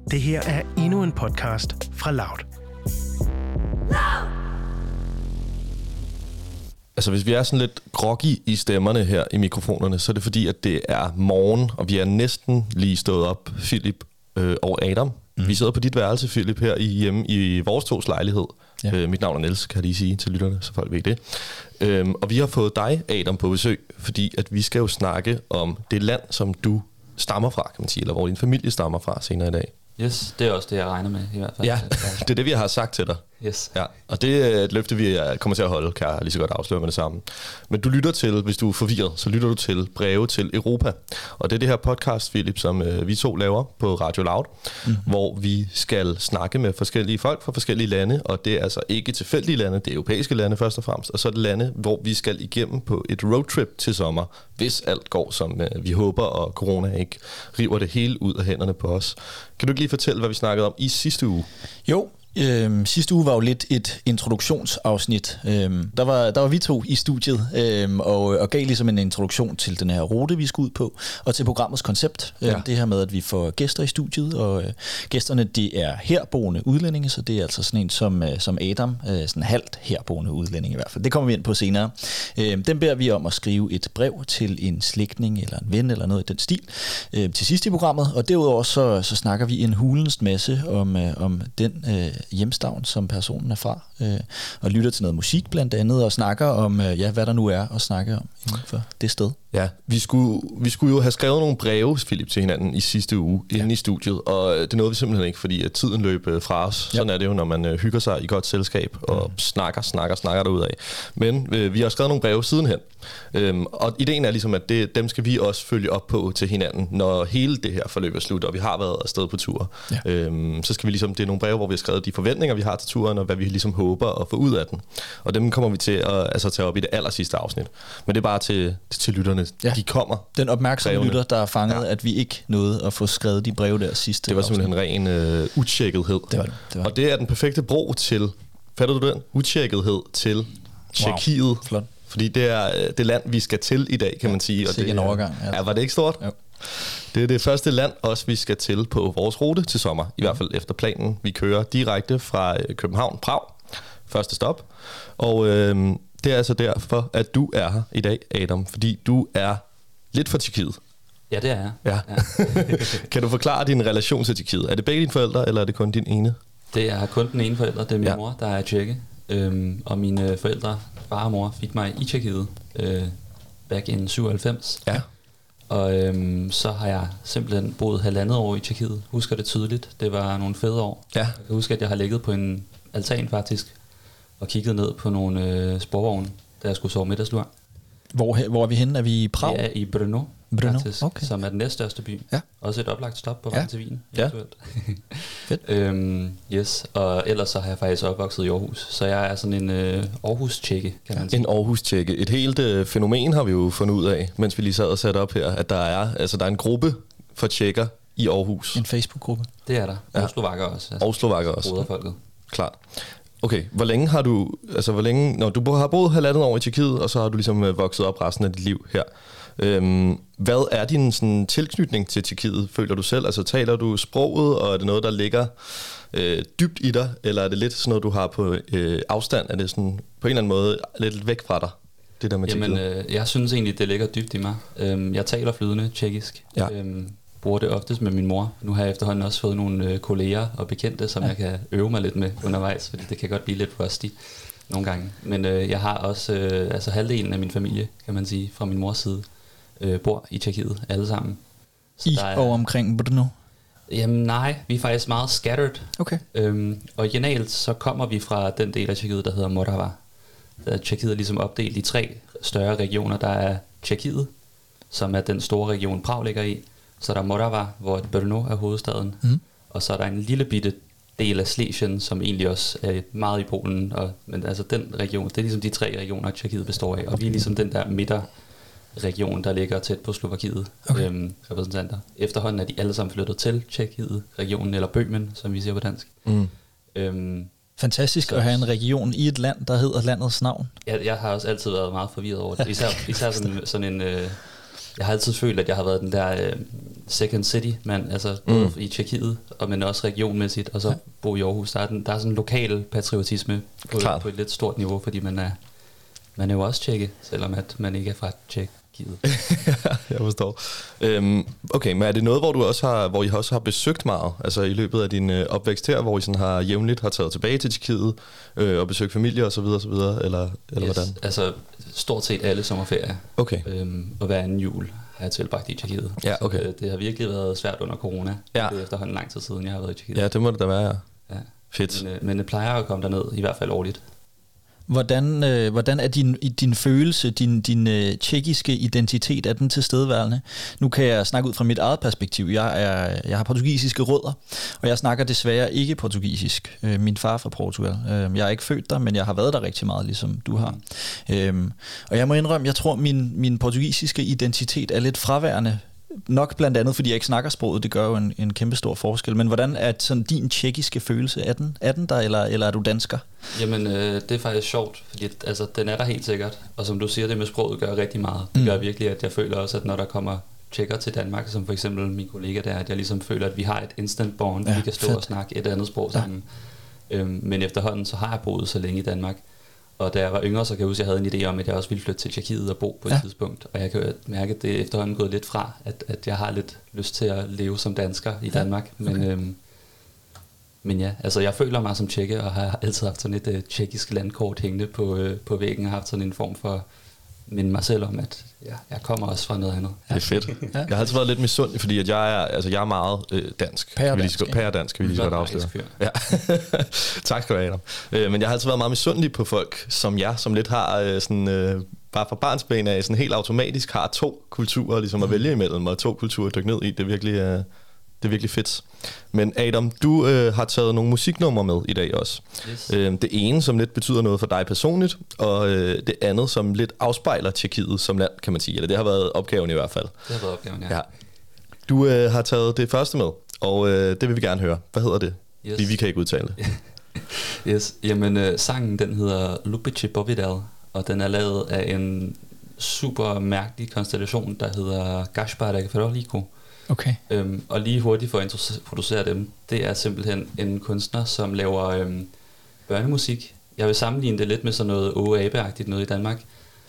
Det her er endnu en podcast fra Loud. Altså hvis vi er sådan lidt groggy i stemmerne her i mikrofonerne, så er det fordi, at det er morgen, og vi er næsten lige stået op, Philip og Adam. Vi sidder på dit værelse, Philip, her hjemme i vores tos lejlighed. Ja. Mit navn er Niels, kan jeg lige sige til lytterne, så folk ved det. Og vi har fået dig, Adam, på besøg, fordi at vi skal jo snakke om det land, som du stammer fra, kan man sige, eller hvor din familie stammer fra senere i dag. Yes, det er også det, jeg regner med i hvert fald. Ja, det er det, vi har sagt til dig. Yes. Ja, og det er et løfte, vi kommer til at holde, kan jeg lige så godt afsløre med det samme. Men du lytter til, hvis du er forvirret, så lytter du til Breve til Europa. Og det er det her podcast, Philip, som vi to laver på Radio Loud, hvor vi skal snakke med forskellige folk fra forskellige lande, og det er altså ikke tilfældige lande, det er europæiske lande først og fremmest, og så er det lande, hvor vi skal igennem på et roadtrip til sommer, hvis alt går, som vi håber, og corona ikke river det hele ud af hænderne på os. Kan du ikke lige fortælle, hvad vi snakkede om i sidste uge? Jo, sidste uge var jo lidt et introduktionsafsnit. Der var vi to i studiet og gav ligesom en introduktion til den her rute, vi skal ud på, og til programmets koncept. Ja. Det her med, at vi får gæster i studiet, og gæsterne, det er herboende udlændinge, så det er altså sådan en som Adam, sådan halvt herboende udlænding i hvert fald. Det kommer vi ind på senere. Den beder vi om at skrive et brev til en slægtning eller en ven eller noget i den stil til sidst i programmet, og derudover så snakker vi en hulens masse om den hjemstavn, som personen er fra, og lytter til noget musik blandt andet, og snakker om, hvad der nu er at snakke om inden for det sted. Ja, vi skulle jo have skrevet nogle breve, Philip, til hinanden i sidste uge, inde i studiet, og det nåede vi simpelthen ikke, fordi at tiden løb fra os. Sådan er det jo, når man hygger sig i godt selskab, og snakker derudad. Men vi har skrevet nogle breve sidenhen, og ideen er ligesom, at dem skal vi også følge op på til hinanden, når hele det her forløb er slut, og vi har været afsted på tur. Ja. Så skal vi ligesom, det er nogle breve, hvor vi har skrevet de forventninger, vi har til turen, og hvad vi ligesom håber at få ud af den. Og dem kommer vi til at tage op i det allersidste afsnit. Men det er bare til lytterne. Ja. De kommer. Den opmærksomme lytter, der er fanget, at vi ikke nåede at få skrevet de breve der sidste. Det var simpelthen ren utjekkethed. Det var. Og det er den perfekte bro til, fatter du den? Utjekkethed til Tjekkiet. Wow. Flot. Fordi det er det land, vi skal til i dag, kan man sige. Og det er en overgang. Ja, var det ikke stort? Jo. Det er det første land, også vi skal til på vores rute til sommer. I hvert fald efter planen. Vi kører direkte fra København, Prag. Første stop. Og det er altså derfor, at du er her i dag, Adam. Fordi du er lidt fra Tjekkiet. Ja, det er jeg. Ja. Kan du forklare din relation til Tjekkiet? Er det begge dine forældre, eller er det kun din ene? Det er kun den ene forælder. Det er min mor, der er tjekke. Og mine forældre, far og mor, fik mig i Tjekkiet back in 97. Ja. Og så har jeg simpelthen boet 1,5 år i Tjekkiet. Husker det tydeligt. Det var nogle fede år. Ja. Jeg kan huske, at jeg har ligget på en altan faktisk, og kigget ned på nogle sporvogne, da jeg skulle sove middagslur. Hvor er vi henne? Er vi i Prag? Det er i Brno faktisk, okay. Som er den næststørste by. Ja. Også et oplagt stop på vejen til Wien. Ja. Fedt. Yes, og ellers så har jeg faktisk opvokset i Aarhus. Så jeg er sådan en Aarhus-tjekke, kan man sige. En Aarhus-tjekke. Et helt fænomen har vi jo fundet ud af, mens vi lige sad og satte op her, at der er en gruppe for tjekker i Aarhus. En Facebook-gruppe. Det er der. Ja. Og slovakker også. Altså, og slovakker også. Broderfolket. Klart. Okay, hvor længe har du, når du har boet 1,5 år i Tjekkiet, og så har du ligesom vokset op resten af dit liv her. Hvad er din sådan tilknytning til Tjekkiet, føler du selv? Altså taler du sproget, og er det noget, der ligger dybt i dig, eller er det lidt sådan noget, du har på afstand? Er det sådan på en eller anden måde lidt væk fra dig, det der med Tjekkiet? Jamen, jeg synes egentlig, det ligger dybt i mig. Jeg taler flydende tjekkisk. Ja. Bruger det oftest med min mor. Nu har jeg efterhånden også fået nogle kolleger og bekendte, som jeg kan øve mig lidt med undervejs, fordi det kan godt blive lidt rusty nogle gange. Men jeg har også halvdelen af min familie, kan man sige, fra min mors side, bor i Tjekkiet, alle sammen. Så og omkring Brno? Jamen nej, vi er faktisk meget scattered. Okay. Originalt så kommer vi fra den del af Tjekkiet, der hedder Morava. Der er Tjekkiet ligesom opdelt i 3 større regioner. Der er Tjekkiet, som er den store region Prag ligger i. Så der er Morava, hvor Brno er hovedstaden. Og så er der en lille bitte del af Slesien, som egentlig også er meget i Polen. Men altså den region, det er ligesom de 3 regioner, Tjekkiet består af. Og vi er ligesom den der midterregion, der ligger tæt på Slovakiet, repræsentanter. Efterhånden er de alle sammen flyttet til Tjekkiet, regionen, eller Bøhmen, som vi siger på dansk. Fantastisk at have en region i et land, der hedder landets navn. Jeg har også altid været meget forvirret over det. Især sådan en... Jeg har altid følt, at jeg har været den der second city, men altså både i Tjekkiet, men også regionmæssigt, og så bo i Aarhus. Der er sådan en lokal patriotisme på et lidt stort niveau, fordi man er jo også tjekke, selvom at man ikke er fra Tjekkiet. Jeg forstår. Okay, men er det noget, hvor I også har besøgt meget, altså i løbet af din opvækst her, hvor I sådan har jævnligt har taget tilbage til Tjekkiet og besøgt familie og så videre, eller hvordan? Altså stort set alle sommerferier. Okay. Og hver anden jul har jeg tilbragt i Tjekkiet. Ja, okay. Så, det har virkelig været svært under corona. Ja. Det er efterhånden lang tid siden, jeg har været i Tjekkiet. Ja, det må det da være, ja. Fedt. Men det plejer at komme derned, i hvert fald årligt. Hvordan er din følelse, din tjekkiske identitet, er den tilstedeværende? Nu kan jeg snakke ud fra mit eget perspektiv. Jeg har portugisiske rødder, og jeg snakker desværre ikke portugisisk. Min far er fra Portugal. Jeg er ikke født der, men jeg har været der rigtig meget, ligesom du har. Og jeg må indrømme, jeg tror, min portugisiske identitet er lidt fraværende. Nok blandt andet, fordi jeg ikke snakker sproget. Det gør jo en kæmpe stor forskel. Men hvordan er sådan din tjekkiske følelse? Er den der, eller er du dansker? Jamen, det er faktisk sjovt, fordi altså, den er der helt sikkert. Og som du siger, det med sproget gør rigtig meget. Det gør virkelig, at jeg føler også, at når der kommer tjekker til Danmark, som for eksempel min kollega der, at jeg ligesom føler, at vi har et instant bond. Vi kan stå og snakke et andet sprog sammen. Men efterhånden, så har jeg boet så længe i Danmark. Og da jeg var yngre, så kan jeg huske, at jeg havde en idé om, at jeg også ville flytte til Tjekkiet og bo på et tidspunkt. Og jeg kan mærke, at det efterhånden gået lidt fra, at jeg har lidt lyst til at leve som dansker i Danmark. Men ja, altså jeg føler mig som tjekke, og har altid haft sådan et tjekkisk landkort hængende på væggen, og haft sådan en form for minde mig selv om, at jeg kommer også fra noget andet. Det er fedt. Jeg har altid været lidt misundelig, fordi at jeg er meget dansk. Pæredansk, kan vi lige så godt afsløre. Ja. Tak skal du have, Adam. Men jeg har altid været meget misundelig på folk, som jeg, som lidt har bare fra barnsben af, sådan helt automatisk har to kulturer ligesom at vælge imellem, og to kulturer at dykke ned i. Det er virkelig fedt. Men Adam, du har taget nogle musiknumre med i dag også. Yes. Det ene, som lidt betyder noget for dig personligt, og det andet, som lidt afspejler Tjekkiet som land, kan man sige. Eller det har været opgaven i hvert fald. Det har været opgaven, ja. Du har taget det første med, og det vil vi gerne høre. Hvad hedder det? Yes. Vi kan ikke udtale det. Yes. Jamen, sangen den hedder Lupice Bovidal, og den er lavet af en super mærkelig konstellation, der hedder Gaspar Frolico. Okay. Og lige hurtigt for at introducere dem, det er simpelthen en kunstner, som laver børnemusik. Jeg vil sammenligne det lidt med sådan noget OAB-agtigt noget i Danmark.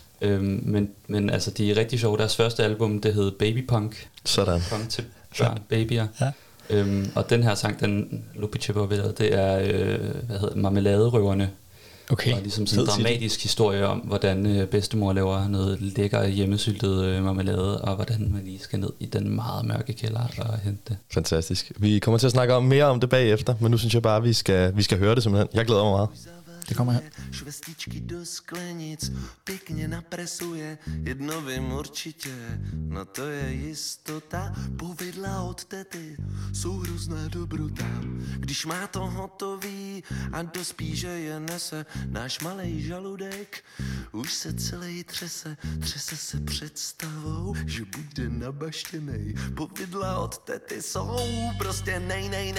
Men altså, de er rigtig sjove. Deres første album, det hed Baby Punk. Sådan. Punk til børn, babyer. Ja. Og den her sang, den Lupice Bovidal, det er, Marmeladerøverne. Okay. Og ligesom sådan en dramatisk historie om, hvordan bedstemor laver noget lækker hjemmesyltet marmelade, og hvordan man lige skal ned i den meget mørke kælder og hente det. Fantastisk. Vi kommer til at snakke mere om det bagefter, men nu synes jeg bare, at vi skal høre det simpelthen. Jeg glæder mig meget. Det kommer her. Švestičky do sklenic pěkně napresuje, jedno vím určitě, no to je jistota. Povidla od tety jsou hrozná dobrota. Když má to hotový a dospí, že je nese, náš malej žaludek už se celý třese se představou, že bude nabaštěnej. Povidla od tety jsou prostě nej.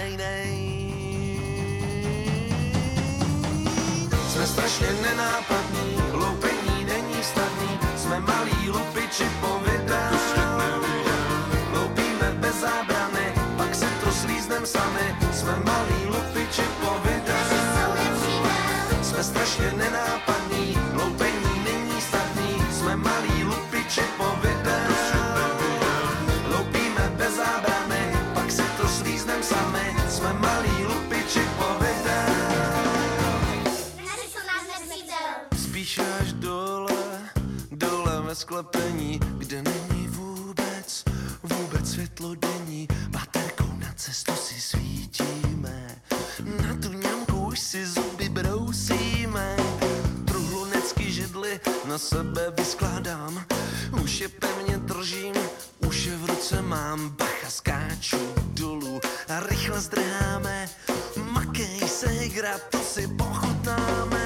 Jsme strašně nenápadní, loupení není snadný, jsme malí lupiči povidal. Loupíme bez zábrany, pak se to slíznem sami, jsme malí lupiči povidal. Jsme strašně nenápadní, loupení není snadný, jsme malí lupiči povidal. Loupíme bez zábrany, pak se to slíznem sami, jsme malí lupiči povidal. Spíš až dole ve sklepení, kde není vůbec světlo denní. Baterkou na cestu si svítíme, na tu ňamku už si zuby brousíme. Truhlunecky židly na sebe vyskládám, už je pevně držím, už je v ruce mám. Bacha, skáču dolů a rychle zdrháme, makej se hra, to si pochutnáme.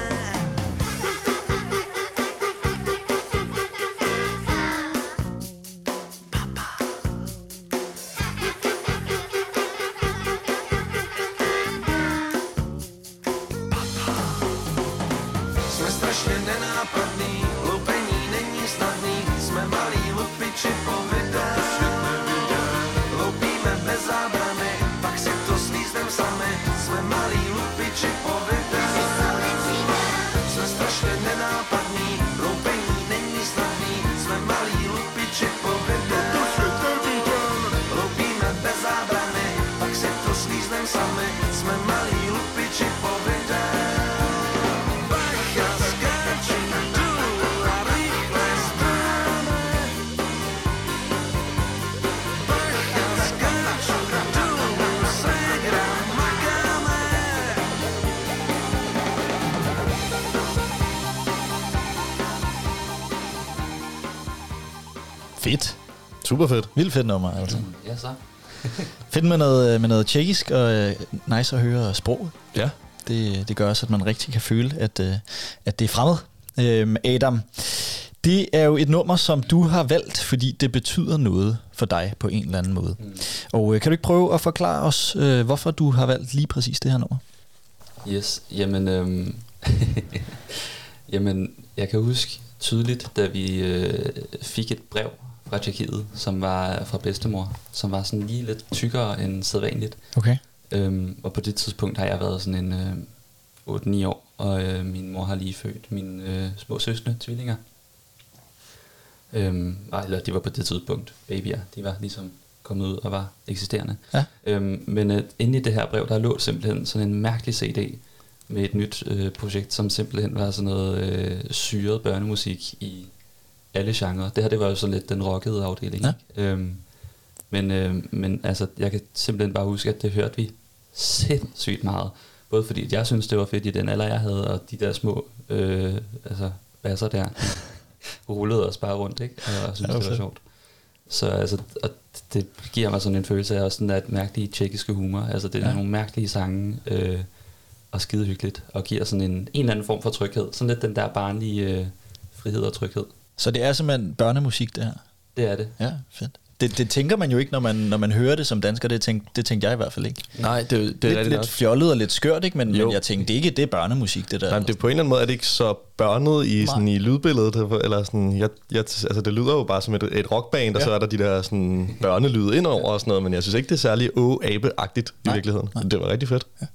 Fedt. Super fedt. Vildt fedt nummer, altså. Ja, så. Fedt med noget tjekkisk, og nice at høre sproget. Ja. Det gør også, at man rigtig kan føle, at det er fremmed. Adam, det er jo et nummer, som du har valgt, fordi det betyder noget for dig på en eller anden måde. Og kan du ikke prøve at forklare os, hvorfor du har valgt lige præcis det her nummer? Yes, jamen, jamen jeg kan huske tydeligt, da vi fik et brev fra Tjekkiet, som var fra bedstemor, som var sådan lige lidt tykkere end sædvanligt. Okay. Og på det tidspunkt har jeg været sådan en 8-9 år, og min mor har lige født mine små søskende, tvillinger. Eller de var på det tidspunkt babyer, de var ligesom kommet ud og var eksisterende. Ja. Men inde i det her brev, der lå simpelthen sådan en mærkelig CD med et nyt projekt, som simpelthen var sådan noget syret børnemusik i alle genrer. Det her, det var jo sådan lidt den rockede afdeling. Ja. Men altså, jeg kan simpelthen bare huske, at det hørte vi sindssygt meget. Både fordi, at jeg synes det var fedt i den alder, jeg havde, og de der små basser der, rullede os bare rundt, ikke? Og synes, det var sjovt. Så altså, og det giver mig sådan en følelse af også sådan et mærkeligt tjekkiske humor. Altså, det er nogle mærkelige sange, og skide hyggeligt, og giver sådan en eller anden form for tryghed. Sådan lidt den der barnlige frihed og tryghed. Så det er simpelthen børnemusik, det her? Det er det. Ja, fedt. Det tænker man jo ikke, når man hører det som dansker. Det tænkte jeg i hvert fald ikke. Nej, det er lidt fjollet og lidt skørt, ikke? Men jeg tænkte, det er børnemusik, det der. Nej, det er på en eller anden måde, er det ikke så børnet i, sådan, i lydbilledet, eller sådan, altså det lyder jo bare som et rockband, og så er der de der sådan børnelyde indover og sådan noget, men jeg synes ikke, det er særlig abe-agtigt i virkeligheden. Nej. Det var rigtig fedt. Ja.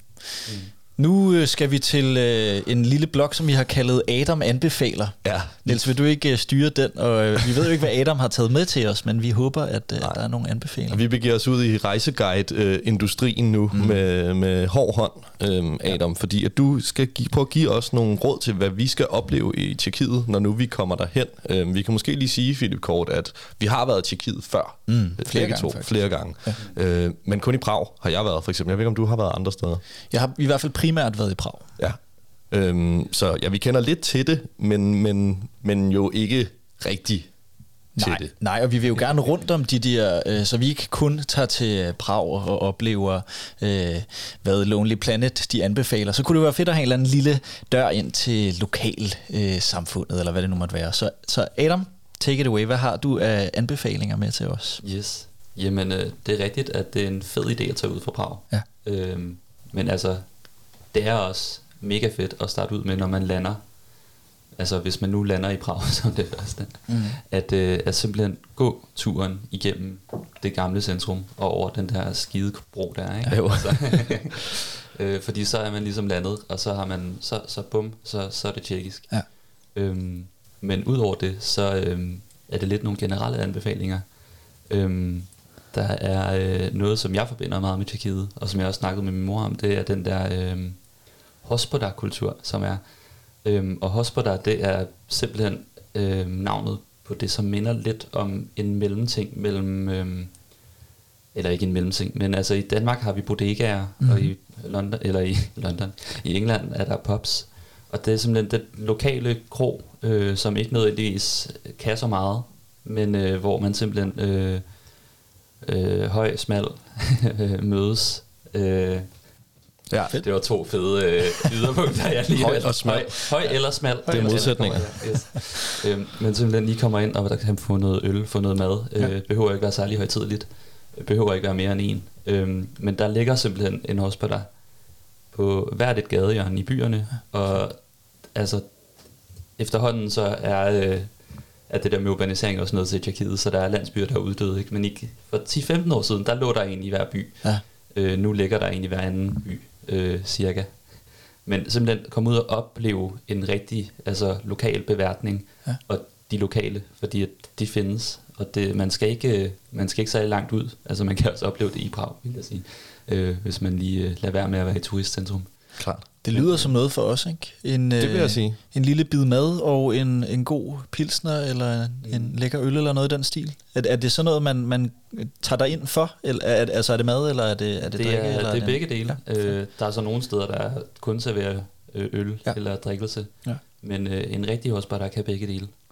Nu skal vi til en lille blog, som vi har kaldet Adam anbefaler. Ja. Niels, vil du ikke styre den? Og vi ved jo ikke, hvad Adam har taget med til os, men vi håber, at der er nogle anbefalinger. Vi begiver os ud i rejseguide-industrien nu med hård hånd, Adam, fordi at du skal prøve at give os nogle råd til, hvad vi skal opleve i Tjekkiet, når nu vi kommer derhen. Vi kan måske lige sige, Philip Kort, at vi har været i Tjekkiet før. Flere gange. Ja. Men kun i Prag har jeg været, for eksempel. Jeg ved ikke, om du har været andre steder. Jeg har i hvert fald primært været i Prag. Ja. Så ja, vi kender lidt til det, men jo ikke rigtig til det. Nej, og vi vil jo gerne rundt om de der, så vi ikke kun tager til Prag og oplever, hvad Lonely Planet de anbefaler. Så kunne det være fedt at have en eller anden lille dør ind til lokalsamfundet, eller hvad det nu måtte være. Så Adam, take it away. Hvad har du af anbefalinger med til os? Yes. Jamen, det er rigtigt, at det er en fed idé at tage ud fra Prag. Ja. Men altså, det er også mega fedt at starte ud med, når man lander. Altså, hvis man nu lander i Prag som det første. At simpelthen gå turen igennem det gamle centrum og over den der skide bro der, ikke? Jo. Fordi så er man ligesom landet, og så har man, så bum, så er det tjekkisk. Ja. Men udover det, så er det lidt nogle generelle anbefalinger. Der er noget, som jeg forbinder meget med Tjekkiet, og som jeg også snakkede med min mor om, det er den der hospodar-kultur, som er. Og hospodar, det er simpelthen navnet på det, som minder lidt om en mellemting mellem, eller ikke en mellemting, men altså i Danmark har vi bodegaer, og i London, i England er der pubs, og det er simpelthen det lokale krog, som ikke nødvendigvis kan så meget, men hvor man simpelthen høj, smal mødes. Ja. Det var to fede yderpunkter, jeg lige høj og smal. Høj eller smal. Det er modsætninger. Yes. Men simpelthen lige kommer ind, og der kan få noget øl, få noget mad. Behøver ikke være særlig højtideligt. Behøver ikke være mere end en. Men der ligger simpelthen en hospodar på hvert et gadehjørne i byerne. Og altså, efterhånden så er det der med urbanisering også noget til Tjekkiet, så der er landsbyer, der er uddøde. Ikke? Men ikke for 10-15 år siden, der lå der en i hver by. Ja. Nu ligger der en i hver anden by, cirka. Men simpelthen komme ud og opleve en rigtig lokal beværtning, og de lokale, fordi at de findes. Og det, man skal ikke særlig langt ud. Altså man kan også opleve det i Prag, vil jeg sige, hvis man lige lader være med at være i turistcentrum. Klart. Det lyder som noget for os, ikke? Det vil jeg sige. En lille bid mad og en god pilsner, eller en lækker øl, eller noget i den stil. Er det sådan noget, man tager dig ind for? Eller, er det mad, eller er det drikke? Det er begge dele. Ja. Der er så nogle steder, der kun serverer øl eller drikkelse. Ja. Men en rigtig hospodar, der kan begge dele.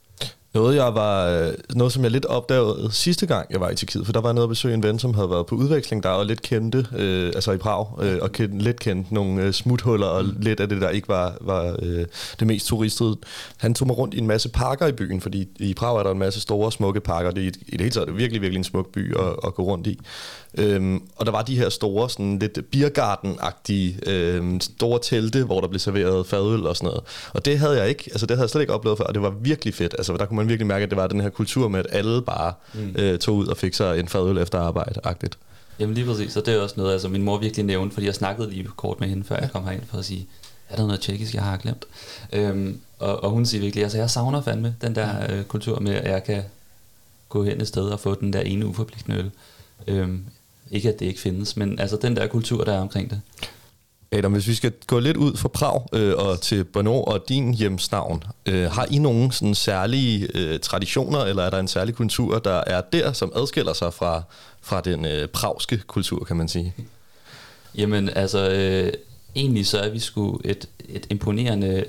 Noget, som jeg lidt opdagede sidste gang, jeg var i Tjekkiet, for der var noget at besøge en ven, som havde været på udveksling, der var lidt kendte, altså i Prag, og lidt kendte nogle smuthuller, og lidt af det, der ikke var det mest turistede. Han tog mig rundt i en masse parker i byen, fordi i Prag er der en masse store, smukke parker. Det er i det hele taget virkelig, virkelig en smuk by at gå rundt i. Og der var de her store, sådan lidt biergarten-agtige store telte, hvor der blev serveret fadøl og sådan noget. Og det havde jeg ikke, altså det havde jeg slet ikke oplevet før, og det var virkelig fedt. Altså der kunne man virkelig mærke, at det var den her kultur med, at alle bare tog ud og fik sig en fadøl efter arbejde-agtigt. Jamen lige præcis, og det er også noget, altså min mor virkelig nævnte, fordi jeg snakkede lige kort med hende, før jeg kom herind for at sige, er der noget tjekkisk, jeg har glemt? Og hun siger virkelig, altså jeg savner fandme den der kultur med, at jeg kan gå hen et sted og få den der ene uforpligtende øl. Ikke at det ikke findes, men altså den der kultur, der er omkring det. Adam, hvis vi skal gå lidt ud fra Prag og til Brno og din hjemstavn, har I nogle sådan særlige traditioner, eller er der en særlig kultur, der er der, som adskiller sig fra den pragske kultur, kan man sige? Jamen altså, egentlig så er vi sgu et imponerende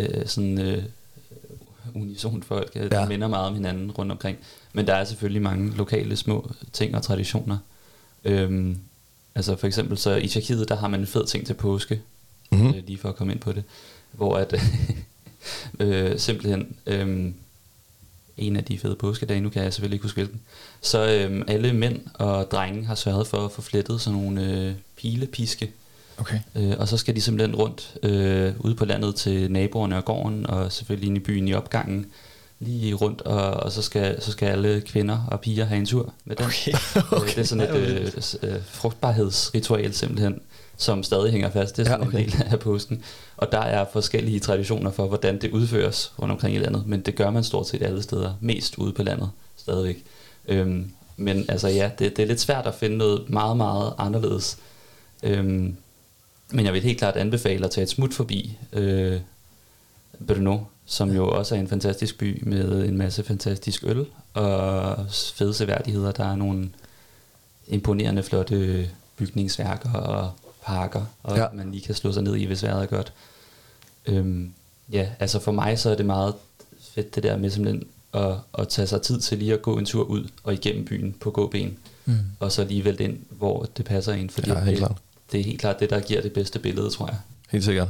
unison folk, der minder meget om hinanden rundt omkring. Men der er selvfølgelig mange lokale små ting og traditioner. Altså for eksempel så i Tjekkiet, der har man en fed ting til påske, lige for at komme ind på det, hvor at simpelthen en af de fede påskedage, nu kan jeg selvfølgelig ikke huske hvilken, så alle mænd og drenge har sørget for at få flettet sådan nogle pilepiske. Okay. Og så skal de simpelthen rundt ude på landet til naboerne og gården, og selvfølgelig ind i byen i opgangen, lige rundt, og så skal alle kvinder og piger have en tur med den. Okay. Det er sådan et frugtbarhedsritual simpelthen, som stadig hænger fast. Det er sådan en del af påsken. Og der er forskellige traditioner for, hvordan det udføres rundt omkring i landet, men det gør man stort set alle steder, mest ude på landet stadigvæk. Men altså ja, det er lidt svært at finde noget meget, meget anderledes. Men jeg vil helt klart anbefale at tage et smut forbi Brno, som jo også er en fantastisk by med en masse fantastisk øl og fede seværdigheder. Der er nogle imponerende flotte bygningsværker og parker, og man lige kan slå sig ned i, hvis vejret er godt. Altså for mig så er det meget fedt det der med simpelthen at tage sig tid til lige at gå en tur ud og igennem byen på gåben, og så lige vælte ind, hvor det passer ind, fordi det er helt klart det, der giver det bedste billede, tror jeg. Helt sikkert.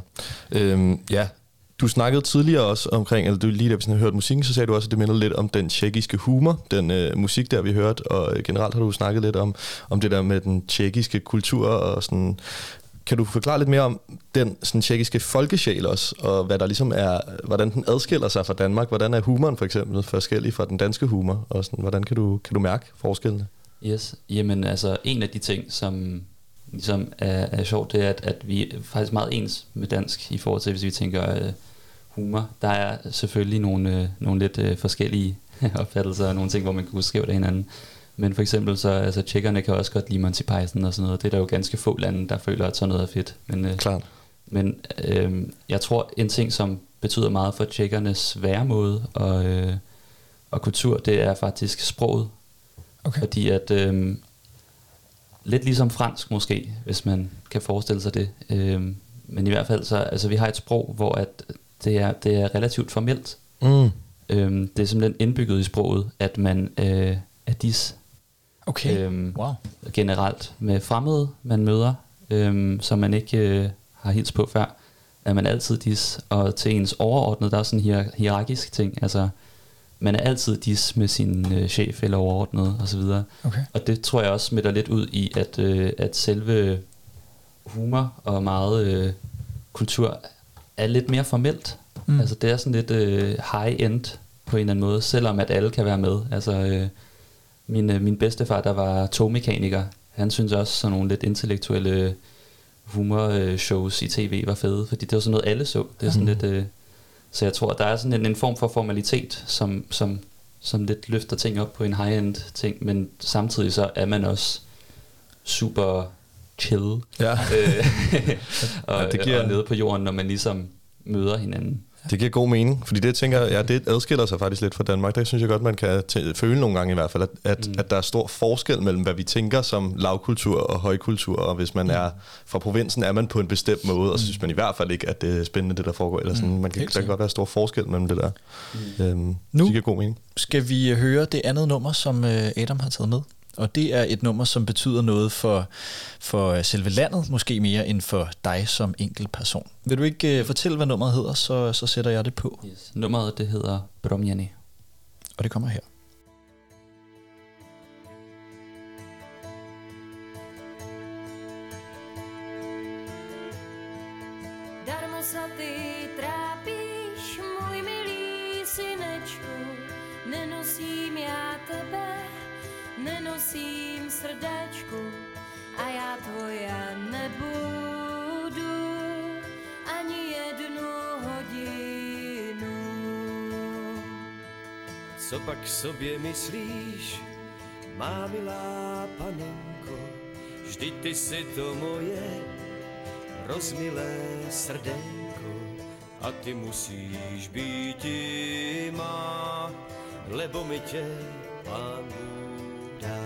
Du snakkede tidligere også omkring, eller du lige da vi hørte musikken, så sagde du også, at det minder lidt om den tjekkiske humor, den musik der vi hørte, og generelt har du snakket lidt om det der med den tjekkiske kultur og sådan. Kan du forklare lidt mere om den sådan tjekkiske folkesjæl også, og hvad der ligesom er, hvordan den adskiller sig fra Danmark? Hvordan er humoren for eksempel forskellig fra den danske humor, og sådan, hvordan kan du mærke forskellene? Yes, jamen altså en af de ting, som ligesom er sjovt, det er, at vi er faktisk meget ens med dansk i forhold til, hvis vi tænker humor. Der er selvfølgelig nogle lidt forskellige opfattelser og nogle ting, hvor man kan huske skævt af hinanden. Men for eksempel så, altså tjekkerne kan også godt lide Monty Python og sådan noget. Det er der jo ganske få lande, der føler, at sådan noget er fedt. Men, klart. Men jeg tror, en ting, som betyder meget for tjekkernes væremåde og kultur, det er faktisk sproget. Okay. Fordi at lidt ligesom fransk måske, hvis man kan forestille sig det. Men i hvert fald så, altså vi har et sprog, hvor at det er relativt formelt. Det er simpelthen indbygget i sproget, at man er dis. Okay. Wow. Generelt med fremmede, man møder, som man ikke har hils på før, er man altid dis. Og til ens overordnede, der er sådan en hierarkisk ting. Altså, man er altid dis med sin chef eller overordnede osv. Okay. Og det tror jeg også smitter lidt ud i, at selve humor og meget kultur er lidt mere formelt. Altså det er sådan lidt high-end på en eller anden måde, selvom at alle kan være med. Altså min bedstefar, der var togmekaniker, han synes også sådan nogle lidt intellektuelle humorshows i tv var fede, fordi det var sådan noget alle så. Det er sådan lidt, så jeg tror, der er sådan en form for formalitet, som lidt løfter ting op på en high-end ting, men samtidig så er man også super chill. Ja. Og nede på jorden, når man ligesom møder hinanden. Det giver god mening, fordi det tænker jeg, det adskiller sig faktisk lidt fra Danmark. Der synes jeg godt, man kan føle nogle gange i hvert fald, at der er stor forskel mellem, hvad vi tænker som lavkultur og højkultur, og hvis man er fra provinsen, er man på en bestemt måde, og så synes man i hvert fald ikke, at det er spændende, det der foregår. Eller sådan. Der kan godt være stor forskel mellem det der. Nu det giver god mening. Skal vi høre det andet nummer, som Adam har taget med? Og det er et nummer, som betyder noget for selve landet, måske mere end for dig som enkelt person. Vil du ikke fortælle, hvad nummeret hedder, så sætter jeg det på. Yes. Nummeret det hedder Bromjani. Og det kommer her. Darmo sa ty trápíš, můj milý synečku, nenosím já tebe, nenosím srdéčku a já tvoja nebudu ani jednu hodinu. Co pak sobě myslíš, má milá panenko, vždyť ty si to moje rozmilé srdenko a ty musíš být má, lebo mi tě Pán Bůh dá.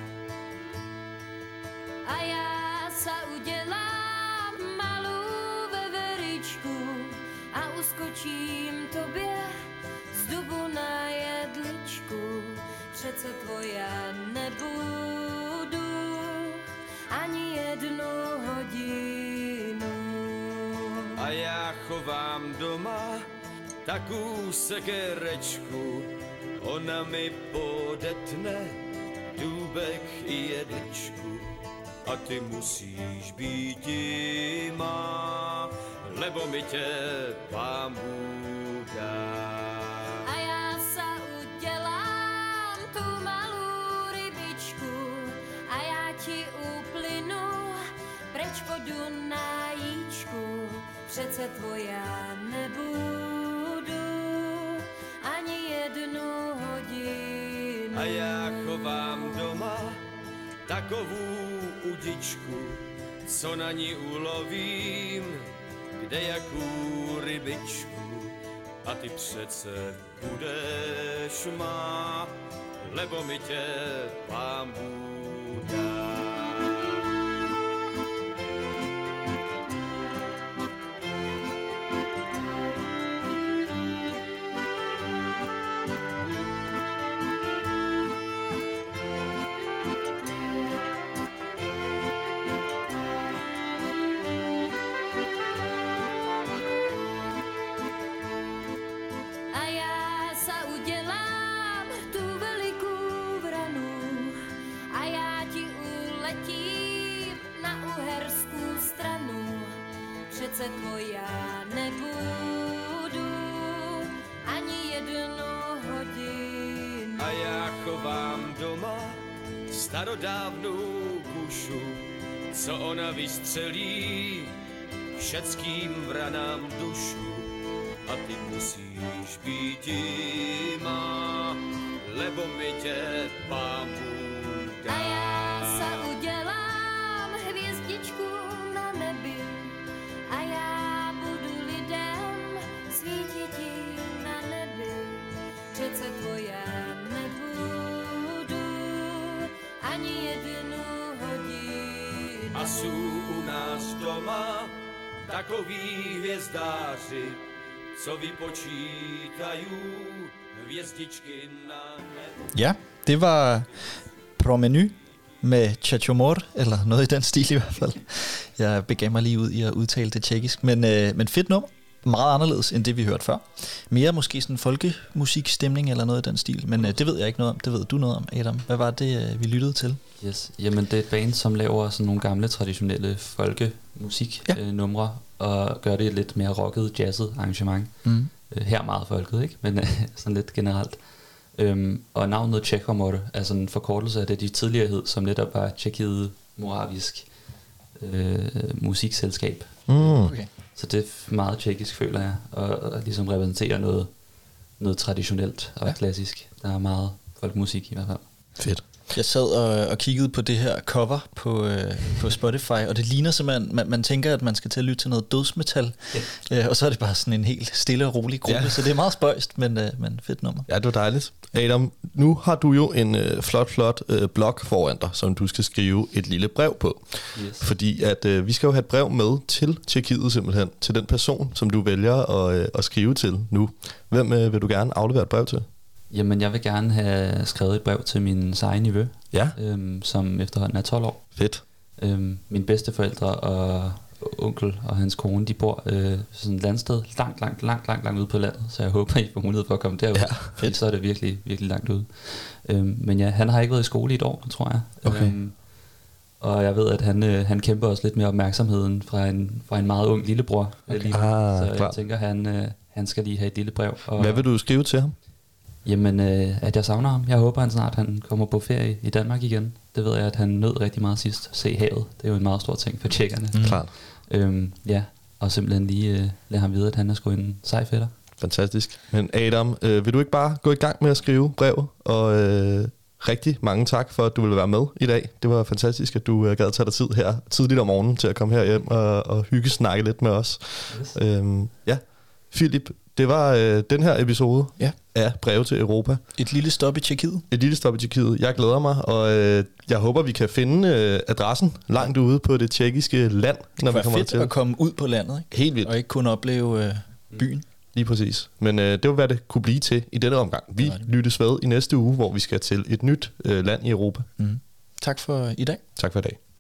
A já sa udělám malou veveričku a uskočím tobě z dubu na jedličku. Přece tvoja nebudu ani jednu hodinu. A já chovám doma takou sekerečku, ona mi podetne důbek i jedličku a ty musíš být má, lebo mi tě Pán Bůh dá. A já sa udělám tu malou rybičku a já ti uplynu preč po Dunajíčku. Přece tvoja nebudu ani jednu hodinu. A já chovám doma takovou udičku, co na ní ulovím, kde jakou rybičku. A ty přece budeš má, lebo mi tě Pán Bůh dá. Přece tvoja nebudu ani jednu hodinu. A já chovám doma starodávnou kušu, co ona vystřelí všeckým vranám dušu. A ty musíš být má, lebo mi tě Pán Bůh dá. A já sa udělám hvězdičku na nebi a já budu lidem svítit na nebi. Přece tvoja nebudu ani jednu hodinu. A jsou u nás doma takový hvězdáři, co vypočítají hvězdičky na nebi. Ja, det var Promenu med Chachomor, eller noget i den stil i hvert fald. Jeg begav mig lige ud i at udtale det tjekkisk, men fedt nummer. Meget anderledes end det, vi hørte før. Mere måske sådan folkemusikstemning eller noget i den stil, men det ved jeg ikke noget om. Det ved du noget om, Adam. Hvad var det, vi lyttede til? Yes. Jamen, det er et band, som laver sådan nogle gamle, traditionelle folkemusiknumre, og gør det lidt mere rocket, jazzet arrangement. Mm. Her meget folket, ikke? Men sådan lidt generelt. Og navnet Chachomor er sådan en forkortelse af det, de tidligere hed, som netop var Tjekkiet Moravisk musikselskab. Okay. Så det er meget tjekkisk, føler jeg, og ligesom repræsenterer noget traditionelt og klassisk. Der er meget folkmusik i hvert fald. Fedt. Jeg sad og kiggede på det her cover på Spotify, og det ligner simpelthen, man tænker, at man skal til at lytte til noget dødsmetal, og så er det bare sådan en helt stille og rolig gruppe, så det er meget spøjst, men fedt nummer. Ja, det var dejligt. Adam, nu har du jo en flot blog foran dig, som du skal skrive et lille brev på. Yes. Fordi at vi skal jo have et brev med til Tjekkiet simpelthen, til den person, som du vælger at skrive til nu. Hvem vil du gerne aflevere et brev til? Jamen, jeg vil gerne have skrevet et brev til min seje nevø, Ja. som efterhånden er 12 år. Fedt. Mine bedsteforældre og onkel og hans kone, de bor sådan et landsted langt ude på landet, så jeg håber, I får mulighed for at komme derud. Ja, fordi så er det virkelig, virkelig langt ude. Men ja, han har ikke været i skole i et år, tror jeg. Okay. Og jeg ved, at han kæmper også lidt med opmærksomheden fra en meget ung lillebror. Okay. Så jeg Klar. tænker, han skal lige have et lille brev. Og Hvad vil du skrive til ham? jamen, at jeg savner ham. Jeg håber, han kommer på ferie i Danmark igen. Det ved jeg, at han nød rigtig meget sidst. Se havet. Det er jo en meget stor ting for tjekkerne. Klart. Ja, og simpelthen lige lade ham vide, at han er sgu en sej fætter. Fantastisk. Men Adam, vil du ikke bare gå i gang med at skrive brev? Og rigtig mange tak for, at du ville være med i dag. Det var fantastisk, at du gad tage dig tid her tidligt om morgenen til at komme herhjem og hyggesnakke lidt med os. Yes. Ja, Philip, det var den her episode af Breve til Europa. Et lille stop i Tjekkiet. Et lille stop i Tjekkiet. Jeg glæder mig, og jeg håber, vi kan finde adressen langt ude på det tjekkiske land, når vi Det kommer var fedt til. at komme ud på landet, ikke? Helt vildt. Og ikke kun opleve byen. Lige præcis. Men det var, hvad det kunne blive til i denne omgang. Vi lyttes ved i næste uge, hvor vi skal til et nyt land i Europa. Tak for i dag. Tak for i dag.